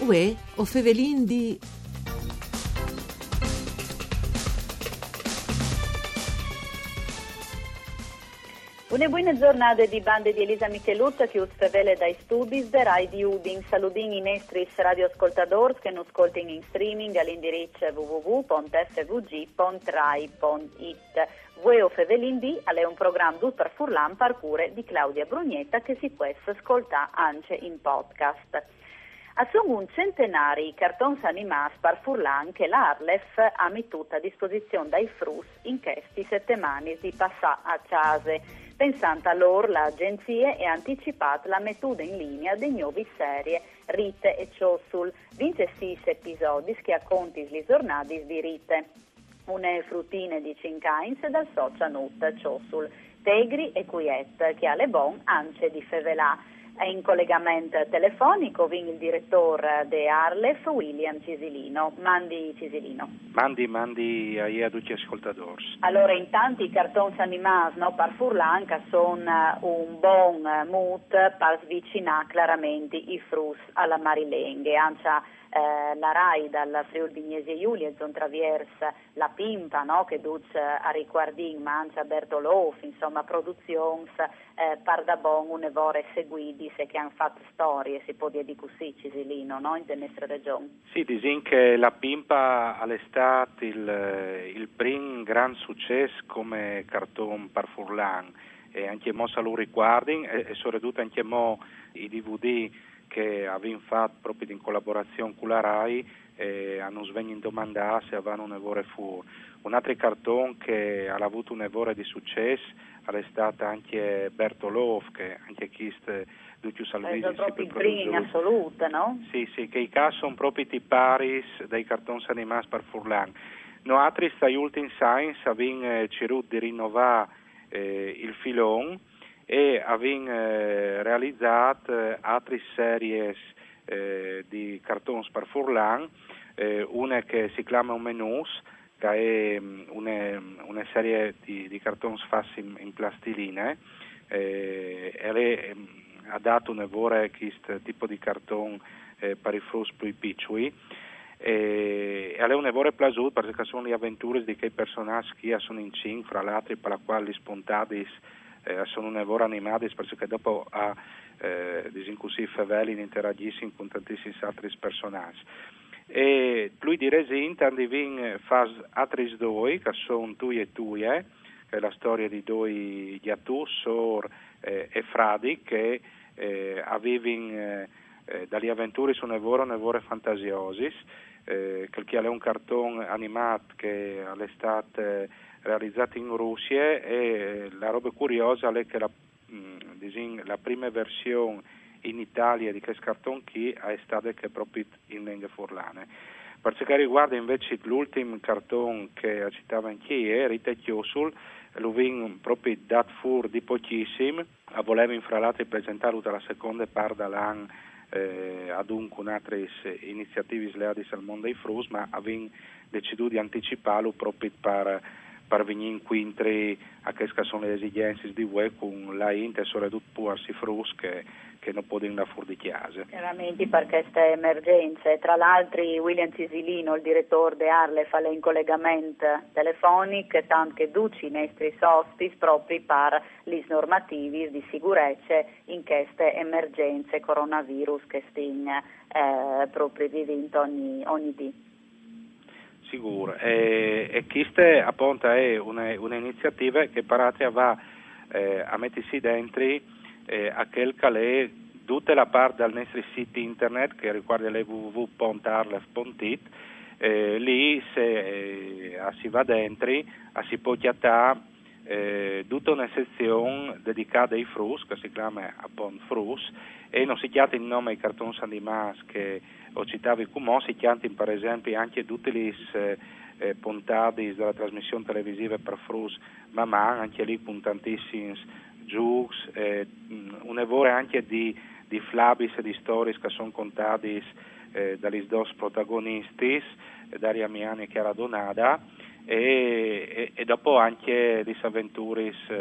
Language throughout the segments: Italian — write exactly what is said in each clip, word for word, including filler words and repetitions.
Uè, o Fevelin di... Una buona giornata di bande di Elisa Michelutta che us fevele dai studi de Rai di Udin. Saludin i nostri radioascoltatori che non ascoltano in streaming all'indirizzo w w w punto f v g punto rai punto it. Vueo Fevelin di è un programma tutto per Furlan parcure di Claudia Brugnetta che si può ascoltare anche in podcast. Sono un centenario i cartoni animati per Furlan che l'Arlef ha messo a disposizione dai Frus in queste settimane di passare a case. Pensando a loro, l'agenzia ha anticipato la mettuda in linea di nuove serie Rite e Ciosul, ventisei episodi che raccontano le giornate di Rite. Una fruttine di Cincains dal Socianut Ciosul, Tegri e Quiet, che ha le bon anche di Fevelà. È in collegamento telefonico con il direttore de Arlef, William Cisilino. Mandi Cisilino. Mandi, mandi a tutti gli ascoltatori. Allora, intanto i cartoni animati no, per Furlan sono un buon mood per avvicinare chiaramente i frus alla Marilenghe. Ancia eh, la Rai dal Friuli Vignesi e Giulia, zon traversa la Pimpa, no, che duce a riguardin, mancia Bertolof, insomma, produzioni eh, par da bon un'evore seguiti se che hanno fatto storie, si può dire di così, Cisilino, no, in la nostra regione. Sì, disin che la Pimpa all'estate il, il primo gran successo come cartone per Furlan e anche mo se lo riguardin e, e soprattutto anche mo i D V D che avevano fatto proprio in collaborazione con la Rai e hanno svenuto in domanda se avevano un evore fuori. Un altro cartone che ha avuto un evore di successo è stato anche Bertolov, che anche chi Duccio Salvini è proprio il primo in assoluto, no? Sì, sì, che i casi sono proprio i paris dei cartoni animati per Furlan. Noi altri stai ultimi science abbiamo cercato di rinnovare eh, il filone e abbiamo eh, realizzato eh, altre serie eh, di cartoni per Furlan, eh, una che si chiama Menus, che è una, una serie di, di cartoni fatti in, in plastilina, eh, e lei ha dato un evore questo tipo di cartone eh, per i frus più piccoli, e è un evore piaciuto perché sono le avventure di quei personaggi che sono in cinque, fra l'altro per la quale spontati eh, sono un evore animati perché dopo ha eh, così feveli interagiscono con tantissimi altri personaggi. E lui di Resint andivin fa altri due che sono Tui e Tui, eh, che è la storia di due Ghiatus, Sor eh, e Fradi che eh, avevano eh, dalle avventure su Nevore Nevore Fantasiosis, eh, che è un cartone animato che è stato eh, realizzato in Russia e eh, la roba curiosa è che la, mh, la prima versione in Italia di questo cartone qui è stato che proprio in lingue furlane. Per ciò che riguarda invece l'ultimo cartone che citava anch'io, Rite e Ciosul, lo vin proprio dat fur di pochissimo, a volevo infralate presentare tutta la seconda parte dall'anno eh, ad un con altre iniziative sleali al mondo dei frus, ma avevamo deciso di anticiparlo proprio per per venire incontri a che sono le esigenze di voi con la Inter e soprattutto puarsi frus che, che non possono da fuori di chiesa. Chiaramente per queste emergenze. Tra l'altro William Cisilino, il direttore di Arlef, fa in collegamento telefonico, tanto che duci i nostri sospis proprio per le normativi di sicurezza in queste emergenze coronavirus che stiamo eh, proprio vivendo ogni, ogni dì. Sicuro, e, e questa appunto è una, un'iniziativa che parate va eh, a mettersi dentro eh, a quel che è tutta la parte del nostro sito internet che riguarda le w w w punto arlef punto it, eh, lì se eh, si va dentro si può chiamare eh, tutta una sezione dedicata ai frus che si chiama appunto frus e non si chiama in nome ai cartoni animati che ho citato come si chiamano per esempio anche tutte le eh, puntate della trasmissione televisiva per frus mamma anche lì con tantissimi giochi eh, un evore anche di, di flabis e di storie che sono contate eh, dagli due protagonisti Daria Miani e Chiara Donada e, e, e dopo anche le avventure eh,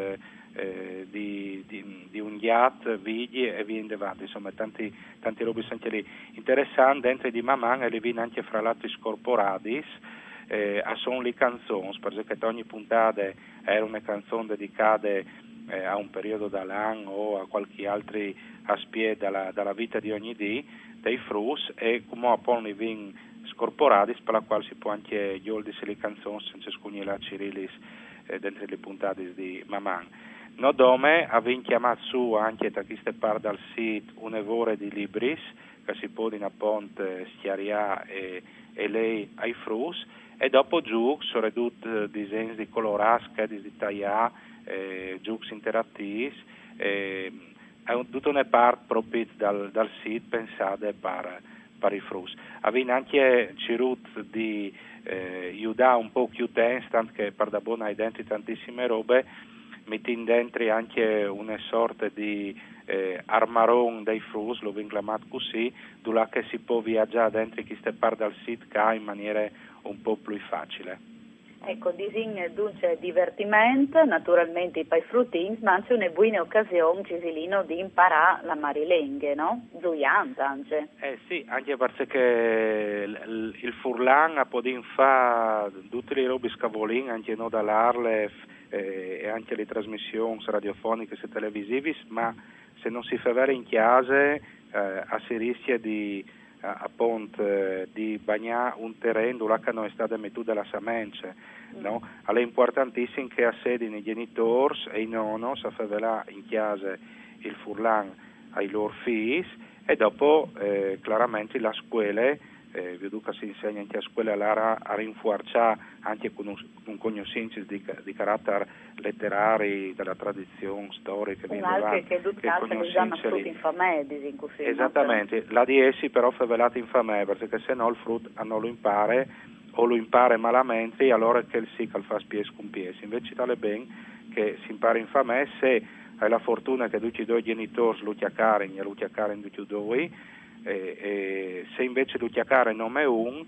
eh, di, di, di unghiat, vigli e via in avanti, insomma tanti, tanti robi anche lì. Interessante, dentro di Maman e le vine anche fra l'altro scorporadis, eh, a son le canzoni, perché ogni puntata era una canzone dedicata eh, a un periodo dell'anno o a qualche altro aspetto dalla, dalla vita di ogni dì, dei frus, e come appunto vin scorporati per la quale si può anche gioldis le canzoni senza scugnere Cirillis eh, dentro le puntate di Maman. No dome avevamo chiamato su anche da queste parti dal sito un evore di libris che si può in appunto schiariare e, e lei ai frus, e dopo giù sono ridotti disegni di colorasca, di tagliare, eh, giochi interattivi, eh, è tutta una parte proprio dal, dal sito pensate per, per i frus. Avevamo anche cercato di eh, aiutare un po' più tempo, tanto che per da buona identità tantissime robe, mettendo dentro anche una sorta di eh, armaron dei frus, lo vengo chiamato così, dove che si può viaggiare dentro queste parti del sito in maniera un po' più facile. Ecco, disegno dunque divertimento, naturalmente i pai fruttini, ma anche una buona occasione, Cisilino, di imparare la marilenghe, no? Gioiante anche. Eh sì, anche perché il, il furlan ha potuto fare tutte le robe scavolin, anche no dall'Arlef eh, e anche le trasmissioni radiofoniche e televisive, ma se non si fa avere in chiesa eh, si rischia di appunto eh, di bagnare un terreno dove non è stata mettuta la semenza, mm. no? È importantissimo che assedino i genitori e i nonni a fare in chiesa il furlan ai loro figli, e dopo eh, chiaramente la scuola eh, vedo che si insegna anche a scuola a, a rinforzare anche con un, un conoscenza di, di carattere letterario della tradizione storica un altro che educato in infamè così, esattamente no? La di essi però fa velata infamè, perché se no il frutto non lo impara o lo impara malamente, e allora che il sì che fa spies con pies. Invece tale ben che si impara infamè se hai la fortuna che tutti i due genitori lo chiacchiaren e lo chiacchiaren tutti e due, e, e se invece lo chiacchiare non è un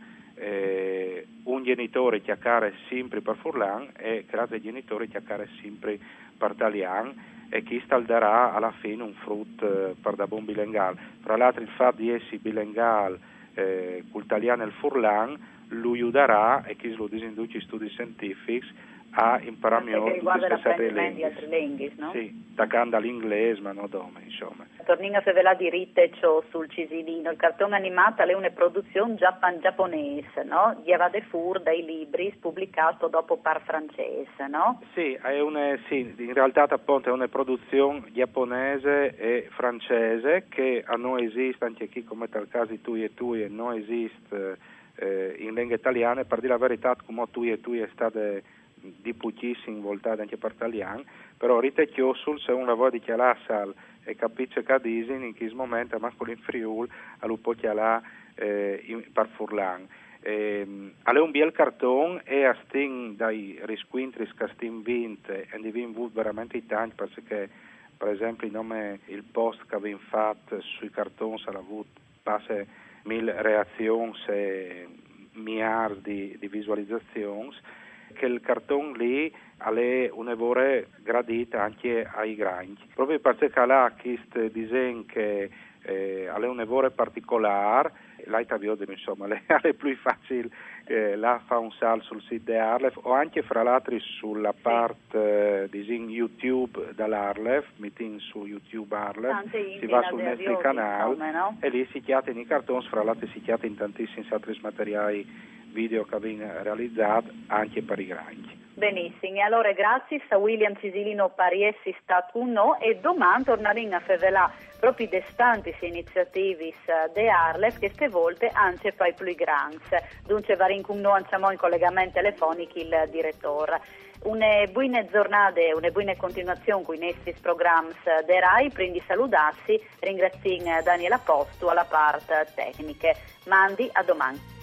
eh, un genitore chiacchiare sempre per furlan e l'altro genitore chiacchiare sempre per talian, e chi stalderà alla fine un frutto eh, per da buon bilingual. Fra l'altro il fatto di essere bilingual eh, col italiano e il furlan lo aiuterà, e chi lo disinduce studi scientifici, a imparare meglio tutte queste lingue. lingue no? Sì, taccando all'inglese, ma non dome, insomma. Tornando a fare di rite ciò sul Cisilino, il cartone animato è una produzione giappan- giapponese, no? Llevate fur dai libri pubblicato dopo par francese, no? Sì, è una, sì, in realtà appunto è una produzione giapponese e francese che a noi esiste anche qui, come tal caso tu e tu, e non esiste eh, in lingua italiana. Per dire la verità, come tu e tu è stata di pochissimo voltata anche per italiano, però rite sul se uno vuole dichiarare e capisce che disin in questo momento manco in Friuli a lo può chiamare eh, per furlan. Eh, è un bel cartone e a sting dai risquintri che sting vinte e di vin vut veramente tanti, perché per esempio il nome il post che abbiamo fatto sui cartoni ha avuto passe mille reazioni e miliardi di, di visualizzazioni, che il cartone lì è un evore gradita anche ai grandi, proprio perché ha questo disegno che eh, è un evore particolare, l'Aita Viodem insomma è più facile, eh, la fa un sal sul sito di Arlef o anche fra l'altro sulla parte eh, disegno YouTube dall'Arlef, mettendo su YouTube Arlef, si va sul nostro canale no? E lì si chiamano i cartoni, fra l'altro si chiamano in tantissimi altri materiali video che abbiamo realizzato anche per i grandi. Benissimo, e allora grazie a William Cisilino Pariessi stato uno, e domani torneremo a fare proprio de stanti iniziative de Arlef che queste volte anche per i più grandi. Dunque varin con noi in collegamento telefonico il direttore. Una buona giornata e una buona continuazione con i nostri programmi de Rai. Prima di salutarsi ringrazio Daniela Postu alla parte tecnica. Mandi a domani.